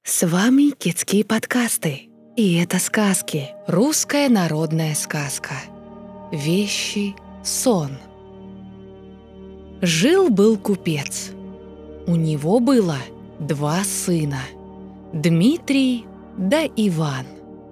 С вами Кидские подкасты, и это сказки. Русская народная сказка. Вещий сон. Жил-был купец. У него было 2 сына – Дмитрий да Иван.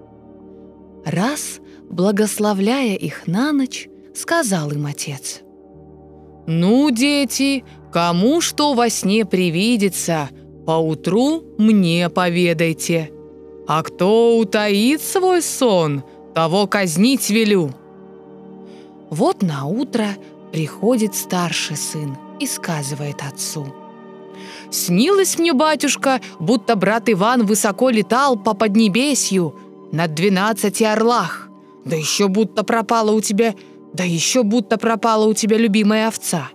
Раз, благословляя их на ночь, сказал им отец: «Ну, дети, кому что во сне привидится, поутру мне поведайте, а кто утаит свой сон, того казнить велю». Вот наутро приходит старший сын и сказывает отцу: «Снилось мне, батюшка, будто брат Иван высоко летал по поднебесью на 12 орлах, да еще будто пропала у тебя любимая овца».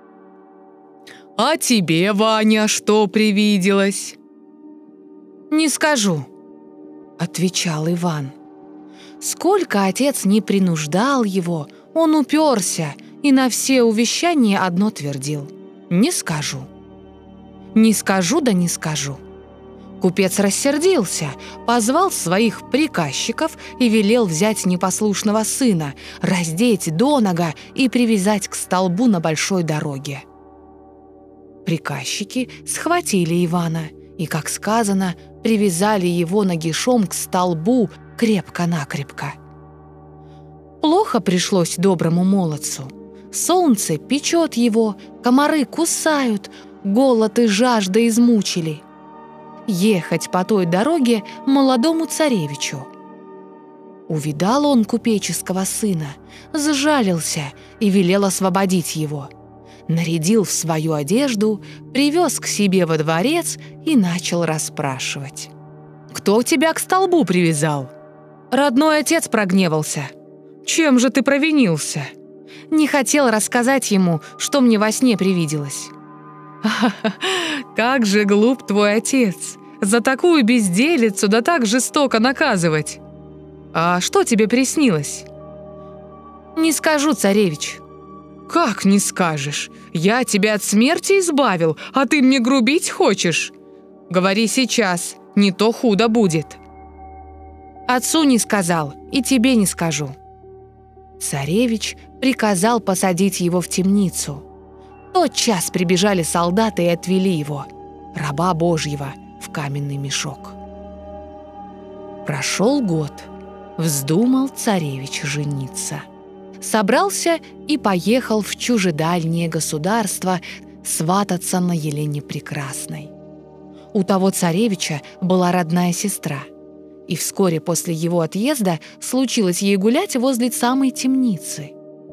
«А тебе, Ваня, что привиделось?» «Не скажу», — отвечал Иван. Сколько отец не принуждал его, он уперся и на все увещания одно твердил: «Не скажу». «Не скажу, да не скажу». Купец рассердился, позвал своих приказчиков и велел взять непослушного сына, раздеть донага и привязать к столбу на большой дороге. Приказчики схватили Ивана и, как сказано, привязали его нагишом к столбу крепко-накрепко. Плохо пришлось доброму молодцу. Солнце печет его, комары кусают, голод и жажда измучили. Ехать по той дороге молодому царевичу. Увидал он купеческого сына, сжалился и велел освободить его. Нарядил в свою одежду, привез к себе во дворец и начал расспрашивать: «Кто тебя к столбу привязал?» «Родной отец прогневался». «Чем же ты провинился?» «Не хотел рассказать ему, что мне во сне привиделось». «Как же глуп твой отец! За такую безделицу да так жестоко наказывать! А что тебе приснилось?» «Не скажу, царевич». «Как не скажешь? Я тебя от смерти избавил, а ты мне грубить хочешь? Говори сейчас, не то худо будет». «Отцу не сказал, и тебе не скажу». Царевич приказал посадить его в темницу. Тотчас прибежали солдаты и отвели его, раба Божьего, в каменный мешок. Прошел год. Вздумал царевич жениться. Собрался и поехал в чужедальнее государство свататься на Елене Прекрасной. У того царевича была родная сестра, и вскоре после его отъезда случилось ей гулять возле самой темницы.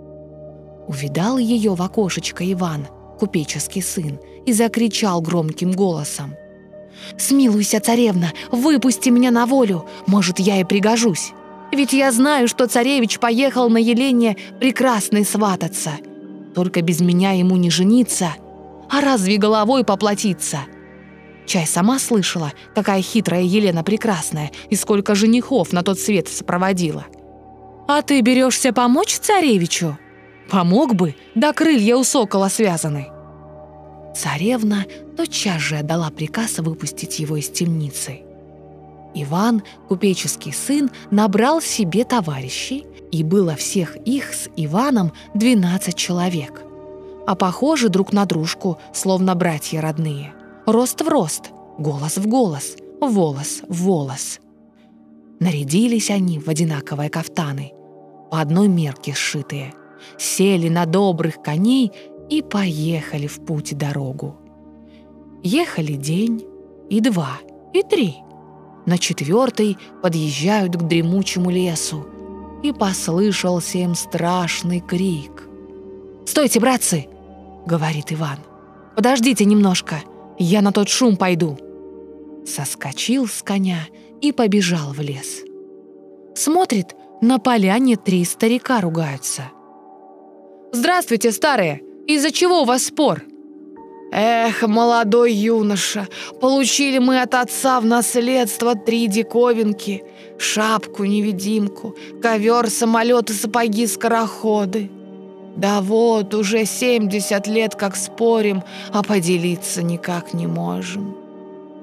Увидал ее в окошечко Иван, купеческий сын, и закричал громким голосом: «Смилуйся, царевна, выпусти меня на волю, может, я и пригожусь. Ведь я знаю, что царевич поехал на Елене Прекрасной свататься. Только без меня ему не жениться, а разве головой поплатиться? Чай сама слышала, какая хитрая Елена Прекрасная и сколько женихов на тот свет сопроводила. А ты берешься помочь царевичу? Помог бы, да крылья у сокола связаны». Царевна тотчас же отдала приказ выпустить его из темницы. Иван, купеческий сын, набрал себе товарищей, и было всех их с Иваном 12 человек. А похожи друг на дружку, словно братья родные. Рост в рост, голос в голос, волос в волос. Нарядились они в одинаковые кафтаны, по одной мерке сшитые, сели на добрых коней и поехали в путь-дорогу. Ехали день, и 2, и 3. На 4-й подъезжают к дремучему лесу, и послышался им страшный крик. «Стойте, братцы!» — говорит Иван. «Подождите немножко, я на тот шум пойду». Соскочил с коня и побежал в лес. Смотрит, на поляне 3 старика ругаются. «Здравствуйте, старые! Из-за чего у вас спор?» «Эх, молодой юноша, получили мы от отца в наследство 3 диковинки: шапку-невидимку, ковер, самолет и сапоги-скороходы. Да вот, уже 70 лет как спорим, а поделиться никак не можем.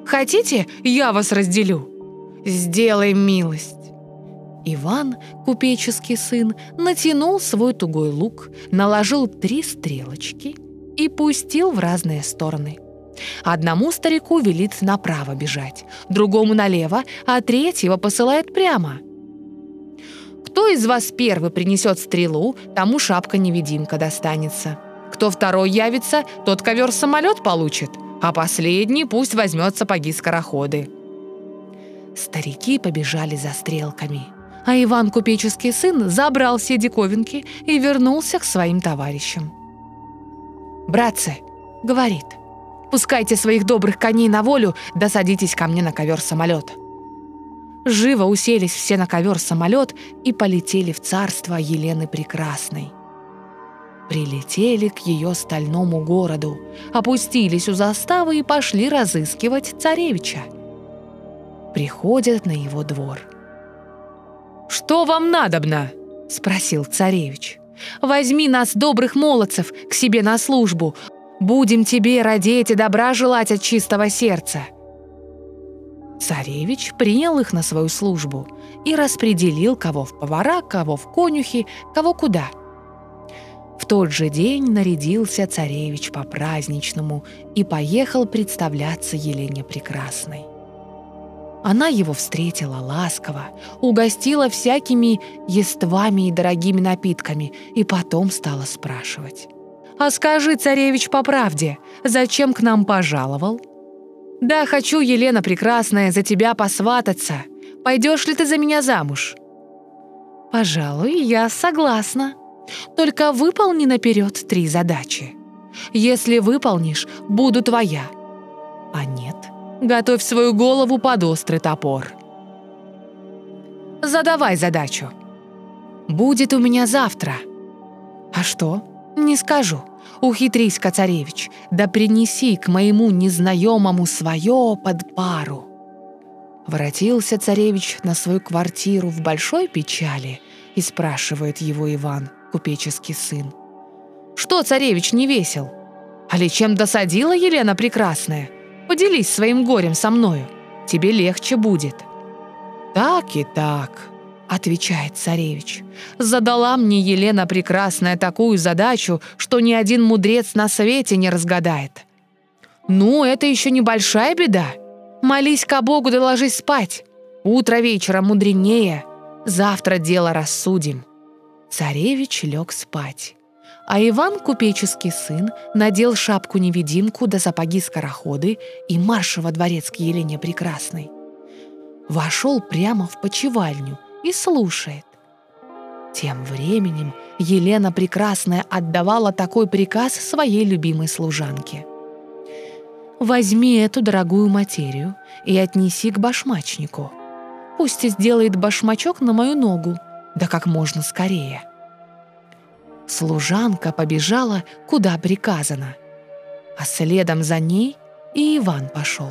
Хотите, я вас разделю? Сделай милость». Иван, купеческий сын, натянул свой тугой лук, наложил 3 стрелочки и пустил в разные стороны. Одному старику велит направо бежать, другому налево, а третьего посылает прямо. Кто из вас первый принесет стрелу, тому шапка-невидимка достанется. Кто второй явится, тот ковер-самолет получит, а последний пусть возьмет сапоги-скороходы. Старики побежали за стрелками, а Иван, купеческий сын, забрал все диковинки и вернулся к своим товарищам. «Братцы, — говорит, — пускайте своих добрых коней на волю, да садитесь ко мне на ковер-самолет». Живо уселись все на ковер-самолет и полетели в царство Елены Прекрасной. Прилетели к ее стальному городу, опустились у заставы и пошли разыскивать царевича. Приходят на его двор. «Что вам надобно?» — спросил царевич. «Возьми нас, добрых молодцев, к себе на службу. Будем тебе родить и добра желать от чистого сердца». Царевич принял их на свою службу и распределил, кого в повара, кого в конюхи, кого куда. В тот же день нарядился царевич по-праздничному и поехал представляться Елене Прекрасной. Она его встретила ласково, угостила всякими ествами и дорогими напитками, и потом стала спрашивать: «А скажи, царевич, по правде, зачем к нам пожаловал?» «Да хочу, Елена Прекрасная, за тебя посвататься. Пойдешь ли ты за меня замуж?» «Пожалуй, я согласна. Только выполни наперед 3 задачи. Если выполнишь, буду твоя. А нет, готовь свою голову под острый топор». «Задавай задачу». «Будет у меня завтра». «А что? Не скажу. Ухитрись-ка, царевич, да принеси к моему незнаемому свое под пару». Воротился царевич на свою квартиру в большой печали и спрашивает его Иван, купеческий сын: «Что, царевич, не весел? Али чем досадила Елена Прекрасная? Поделись своим горем со мною, тебе легче будет». «Так и так», — отвечает царевич. «Задала мне Елена Прекрасная такую задачу, что ни один мудрец на свете не разгадает». «Ну, это еще небольшая беда. Молись-ка Богу да ложись спать. Утро вечера мудренее. Завтра дело рассудим». Царевич лег спать. А Иван, купеческий сын, надел шапку-невидимку да сапоги-скороходы и марш во дворец к Елене Прекрасной. Вошел прямо в почевальню и слушает. Тем временем Елена Прекрасная отдавала такой приказ своей любимой служанке: «Возьми эту дорогую материю и отнеси к башмачнику. Пусть сделает башмачок на мою ногу, да как можно скорее». Служанка побежала, куда приказано, а следом за ней и Иван пошел.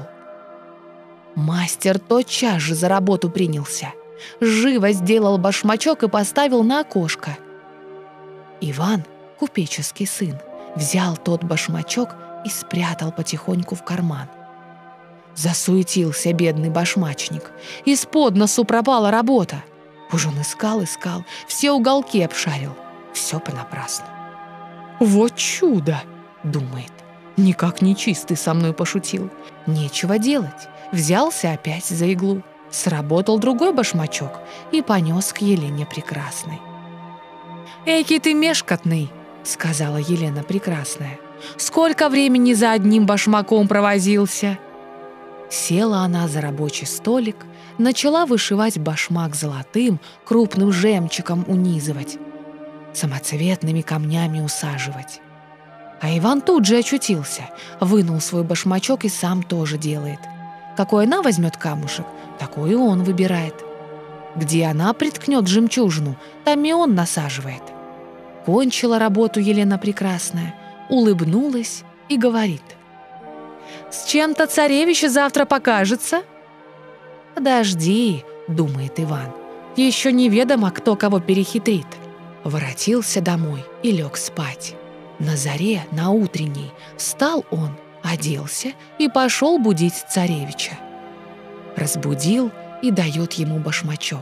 Мастер тотчас же за работу принялся. Живо сделал башмачок и поставил на окошко. Иван, купеческий сын, взял тот башмачок и спрятал потихоньку в карман. Засуетился бедный башмачник. Из-под носу пропала работа. Уж он искал, все уголки обшарил. Все понапрасну. «Вот чудо!» — думает. «Никак нечистый со мной пошутил. Нечего делать». Взялся опять за иглу. Сработал другой башмачок и понес к Елене Прекрасной. «Эки ты мешкотный!» — сказала Елена Прекрасная. «Сколько времени за одним башмаком провозился?» Села она за рабочий столик, начала вышивать башмак золотым, крупным жемчугом унизывать, самоцветными камнями усаживать. А Иван тут же очутился, вынул свой башмачок и сам тоже делает. Какой она возьмет камушек, такой и он выбирает. Где она приткнет жемчужину, там и он насаживает. Кончила работу Елена Прекрасная, улыбнулась и говорит: «С чем-то царевич завтра покажется?» «Подожди», — думает Иван, — «еще неведомо, кто кого перехитрит». Воротился домой и лег спать. На заре, на утренней, встал он, оделся и пошел будить царевича. Разбудил и дает ему башмачок.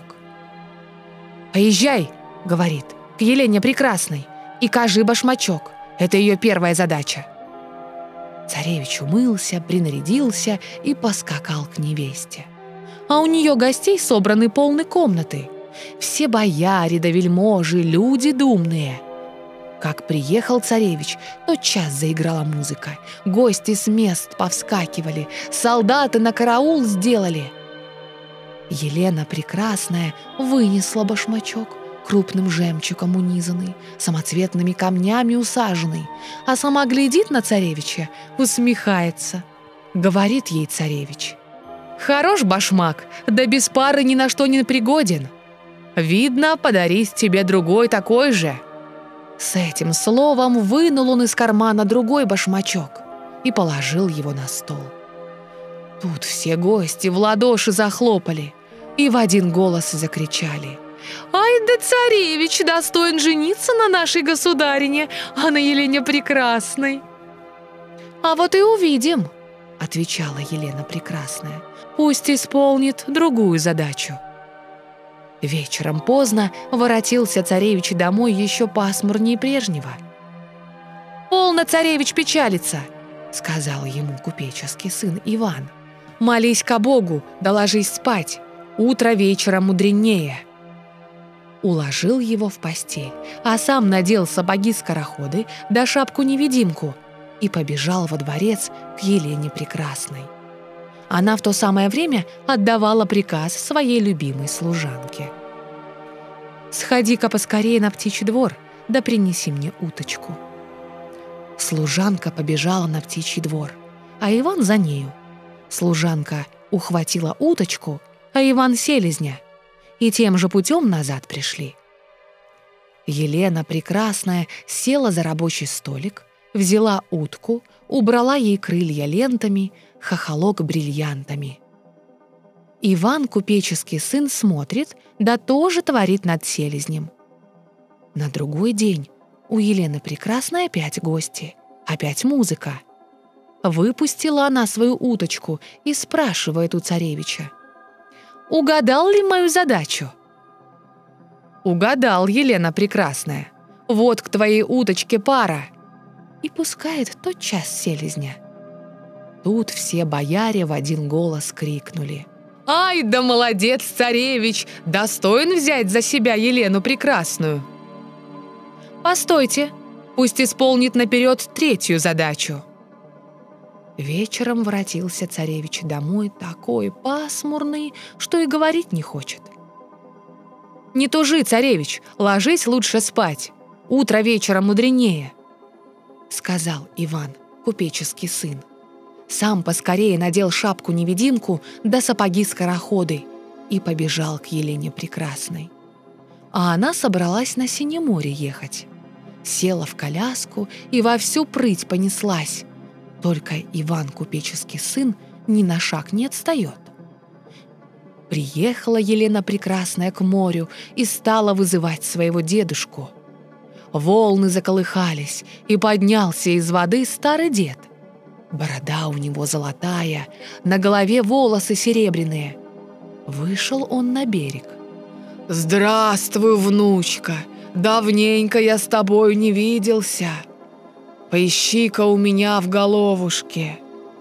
«Поезжай, — говорит, — к Елене Прекрасной и кажи башмачок. Это ее первая задача». Царевич умылся, принарядился и поскакал к невесте. А у нее гостей собраны полны комнаты. Все бояре да вельможи, люди думные. Как приехал царевич, тотчас заиграла музыка. Гости с мест повскакивали, солдаты на караул сделали. Елена Прекрасная вынесла башмачок, крупным жемчугом унизанный, самоцветными камнями усаженный, а сама глядит на царевича, усмехается. Говорит ей царевич: «Хорош башмак, да без пары ни на что не пригоден. Видно, подарить тебе другой такой же». С этим словом вынул он из кармана другой башмачок и положил его на стол. Тут все гости в ладоши захлопали и в один голос закричали: «Ай да царевич достоин жениться на нашей государине, а на Елене Прекрасной!» «А вот и увидим», — отвечала Елена Прекрасная. «Пусть исполнит другую задачу». Вечером поздно воротился царевич домой еще пасмурнее прежнего. «Полно, царевич, печалиться», — сказал ему купеческий сын Иван. «Молись ко Богу, да ложись спать. Утро вечера мудренее». Уложил его в постель, а сам надел сапоги-скороходы да шапку-невидимку и побежал во дворец к Елене Прекрасной. Она в то самое время отдавала приказ своей любимой служанке: «Сходи-ка поскорее на птичий двор, да принеси мне уточку». Служанка побежала на птичий двор, а Иван за нею. Служанка ухватила уточку, а Иван — селезня, и тем же путем назад пришли. Елена Прекрасная села за рабочий столик, взяла утку, убрала ей крылья лентами, хохолок бриллиантами. Иван, купеческий сын, смотрит, да тоже творит над селезнем. На другой день у Елены Прекрасной опять гости, опять музыка. Выпустила она свою уточку и спрашивает у царевича: «Угадал ли мою задачу?» «Угадал, Елена Прекрасная. Вот к твоей уточке пара». И пускает тотчас селезня. Тут все бояре в один голос крикнули: «Ай да молодец, царевич! Достоин взять за себя Елену Прекрасную!» «Постойте, пусть исполнит наперед третью задачу». Вечером воротился царевич домой такой пасмурный, что и говорить не хочет. «Не тужи, царевич, ложись лучше спать. Утро вечера мудренее», — сказал Иван, купеческий сын. Сам поскорее надел шапку-невидимку да сапоги-скороходы и побежал к Елене Прекрасной. А она собралась на Синеморе ехать. Села в коляску и во всю прыть понеслась. Только Иван, купеческий сын, ни на шаг не отстает. Приехала Елена Прекрасная к морю и стала вызывать своего дедушку. Волны заколыхались, и поднялся из воды старый дед. Борода у него золотая, на голове волосы серебряные. Вышел он на берег. «Здравствуй, внучка! Давненько я с тобой не виделся. Поищи-ка у меня в головушке».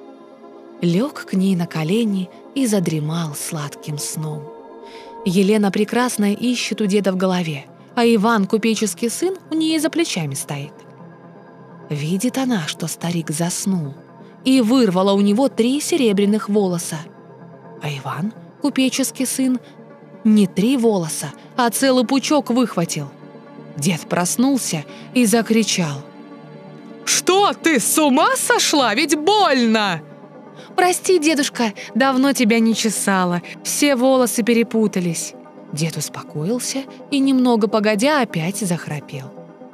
Лег к ней на колени и задремал сладким сном. Елена Прекрасная ищет у деда в голове, а Иван, купеческий сын, у нее за плечами стоит. Видит она, что старик заснул, и вырвала у него 3 серебряных волоса. А Иван, купеческий сын, не 3 волоса, а целый пучок выхватил. Дед проснулся и закричал: «Что ты, с ума сошла? Ведь больно!» «Прости, дедушка, давно тебя не чесала, все волосы перепутались». Дед успокоился и, немного погодя, опять захрапел.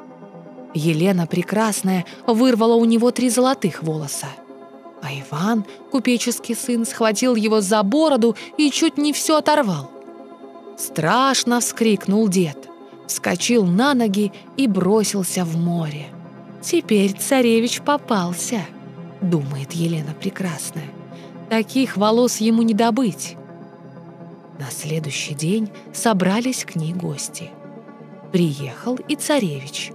Елена Прекрасная вырвала у него 3 золотых волоса. А Иван, купеческий сын, схватил его за бороду и чуть не все оторвал. Страшно вскрикнул дед, вскочил на ноги и бросился в море. Теперь царевич попался. думает Елена Прекрасная. Таких волос ему не добыть. На следующий день собрались к ней гости. Приехал и царевич.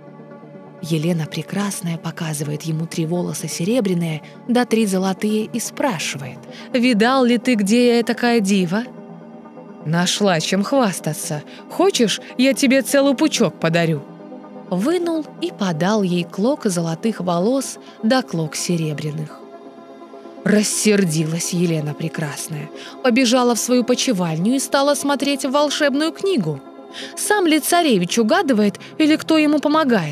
Елена Прекрасная показывает ему 3 волоса серебряные, да 3 золотые и спрашивает: «Видал ли ты, где я такая дива?» «Нашла чем хвастаться. Хочешь, я тебе целый пучок подарю?» Вынул и подал ей клок золотых волос да клок серебряных. Рассердилась Елена Прекрасная, побежала в свою почевальню и стала смотреть в волшебную книгу. Сам ли царевич угадывает или кто ему помогает?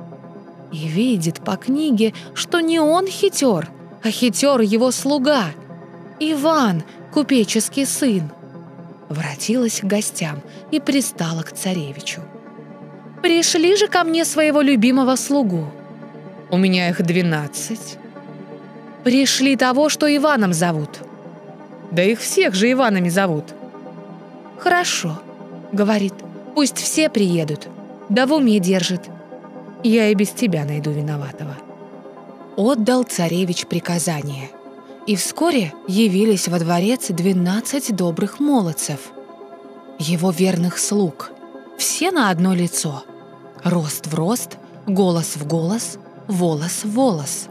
И видит по книге, что не он хитер, а хитер его слуга, Иван, купеческий сын. Воротилась к гостям и пристала к царевичу. «Пришли же ко мне своего любимого слугу». «У меня их 12». «Пришли того, что Иваном зовут». «Да их всех же Иванами зовут». «Хорошо», — говорит, — «пусть все приедут, да в уме держит. Я и без тебя найду виноватого». Отдал царевич приказание, и вскоре явились во дворец 12 добрых молодцев, его верных слуг, все на одно лицо, рост в рост, голос в голос, волос в волос.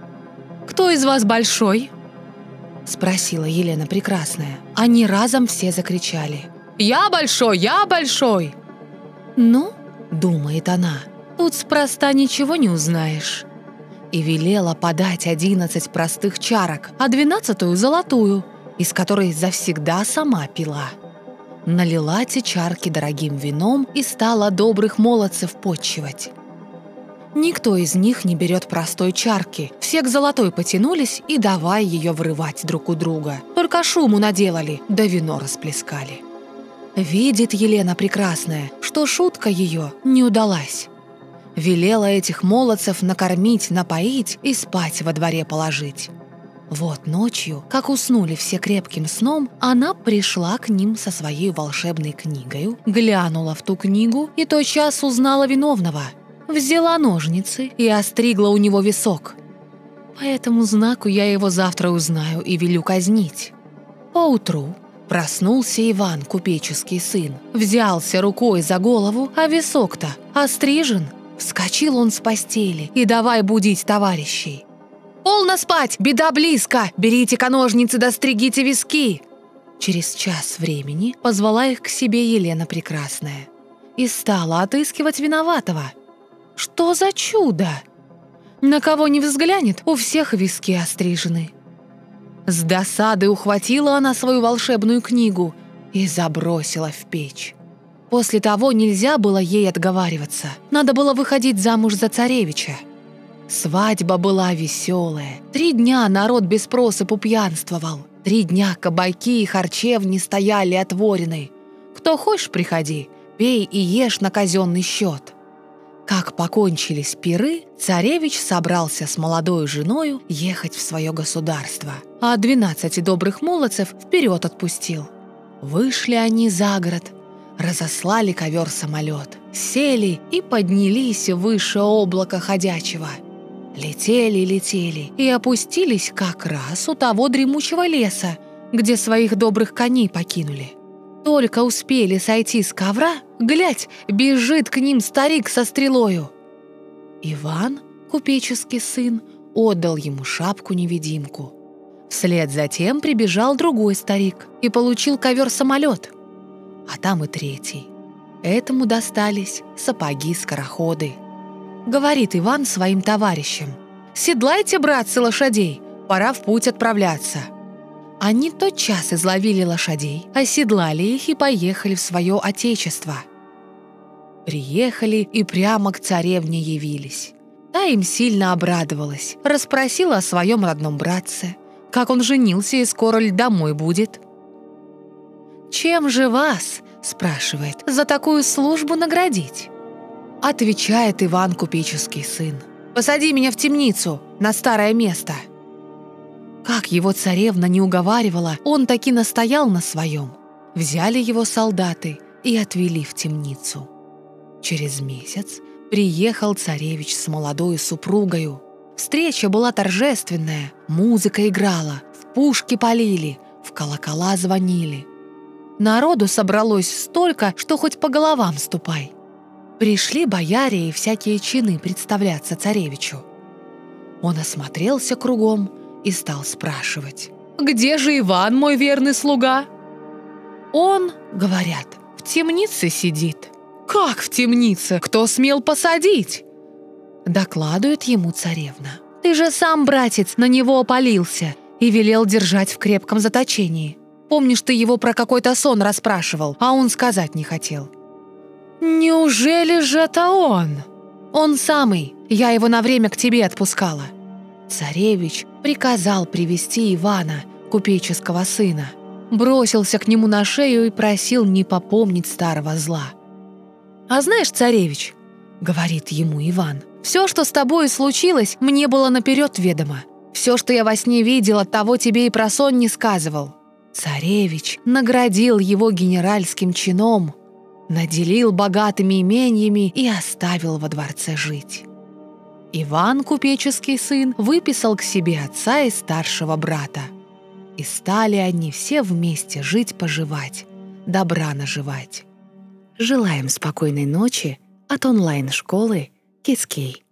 «Кто из вас большой?» — спросила Елена Прекрасная. Они разом все закричали: «Я большой! Я большой!» «Ну, — думает она, — тут спроста ничего не узнаешь». И велела подать 11 простых чарок, а 12-ю золотую, из которой завсегда сама пила. Налила те чарки дорогим вином и стала добрых молодцев почивать. Никто из них не берет простой чарки, все к золотой потянулись и давай ее вырывать друг у друга. Только шуму наделали, да вино расплескали. Видит Елена Прекрасная, что шутка ее не удалась. Велела этих молодцев накормить, напоить и спать во дворе положить. Вот ночью, как уснули все крепким сном, она пришла к ним со своей волшебной книгою, глянула в ту книгу и тотчас узнала виновного. Взяла ножницы и остригла у него висок. По этому знаку я его завтра узнаю и велю казнить. Поутру проснулся Иван, купеческий сын, взялся рукой за голову, а висок-то острижен. Вскочил он с постели и давай будить товарищей. «Полно спать! Беда близко! Берите-ка ножницы да стригите виски!» Через час времени позвала их к себе Елена Прекрасная и стала отыскивать виноватого. Что за чудо! На кого ни взглянет, у всех виски острижены. С досады ухватила она свою волшебную книгу и забросила в печь. После того нельзя было ей отговариваться. Надо было выходить замуж за царевича. Свадьба была веселая. 3 дня народ без просыпу пьянствовал. 3 дня кабаки и харчевни стояли отворены. Кто хочешь, приходи, пей и ешь на казенный счет. Как покончились пиры, царевич собрался с молодой женою ехать в свое государство, а 12 добрых молодцев вперед отпустил. Вышли они за город, разослали ковер-самолет, сели и поднялись выше облака ходячего. Летели, летели и опустились как раз у того дремучего леса, где своих добрых коней покинули. Только успели сойти с ковра, глядь, бежит к ним старик со стрелою. Иван, купеческий сын, отдал ему шапку-невидимку. Вслед за тем прибежал другой старик и получил ковер-самолет. А там и третий. Этому достались сапоги-скороходы. Говорит Иван своим товарищам: «Седлайте, братцы, лошадей, пора в путь отправляться». Они тотчас изловили лошадей, оседлали их и поехали в свое отечество. Приехали и прямо к царевне явились. Та им сильно обрадовалась, расспросила о своем родном братце, как он женился и скоро ли домой будет. «Чем же вас, — спрашивает, — за такую службу наградить?» Отвечает Иван, купеческий сын: «Посади меня в темницу, на старое место». Как его царевна не уговаривала, он таки настоял на своем. Взяли его солдаты и отвели в темницу. Через месяц приехал царевич с молодой супругою. Встреча была торжественная, музыка играла, в пушки полили, в колокола звонили. Народу собралось столько, что хоть по головам ступай. Пришли бояре и всякие чины представляться царевичу. Он осмотрелся кругом и стал спрашивать: «Где же Иван, мой верный слуга?» «Он, — говорят, — в темнице сидит». «Как в темнице? Кто смел посадить?» Докладывает ему царевна: «Ты же сам, братец, на него опалился и велел держать в крепком заточении. Помнишь, ты его про какой-то сон расспрашивал, а он сказать не хотел?» «Неужели же это он?» «Он самый, я его на время к тебе отпускала». Царевич приказал привести Ивана, купеческого сына, бросился к нему на шею и просил не попомнить старого зла. «А знаешь, царевич, — говорит ему Иван, — все, что с тобой случилось, мне было наперед ведомо. Все, что я во сне видел, от того тебе и про сон не сказывал». Царевич наградил его генеральским чином, наделил богатыми имениями и оставил во дворце жить. Иван, купеческий сын, выписал к себе отца и старшего брата. И стали они все вместе жить-поживать, добра наживать. Желаем спокойной ночи от онлайн-школы Кицкей.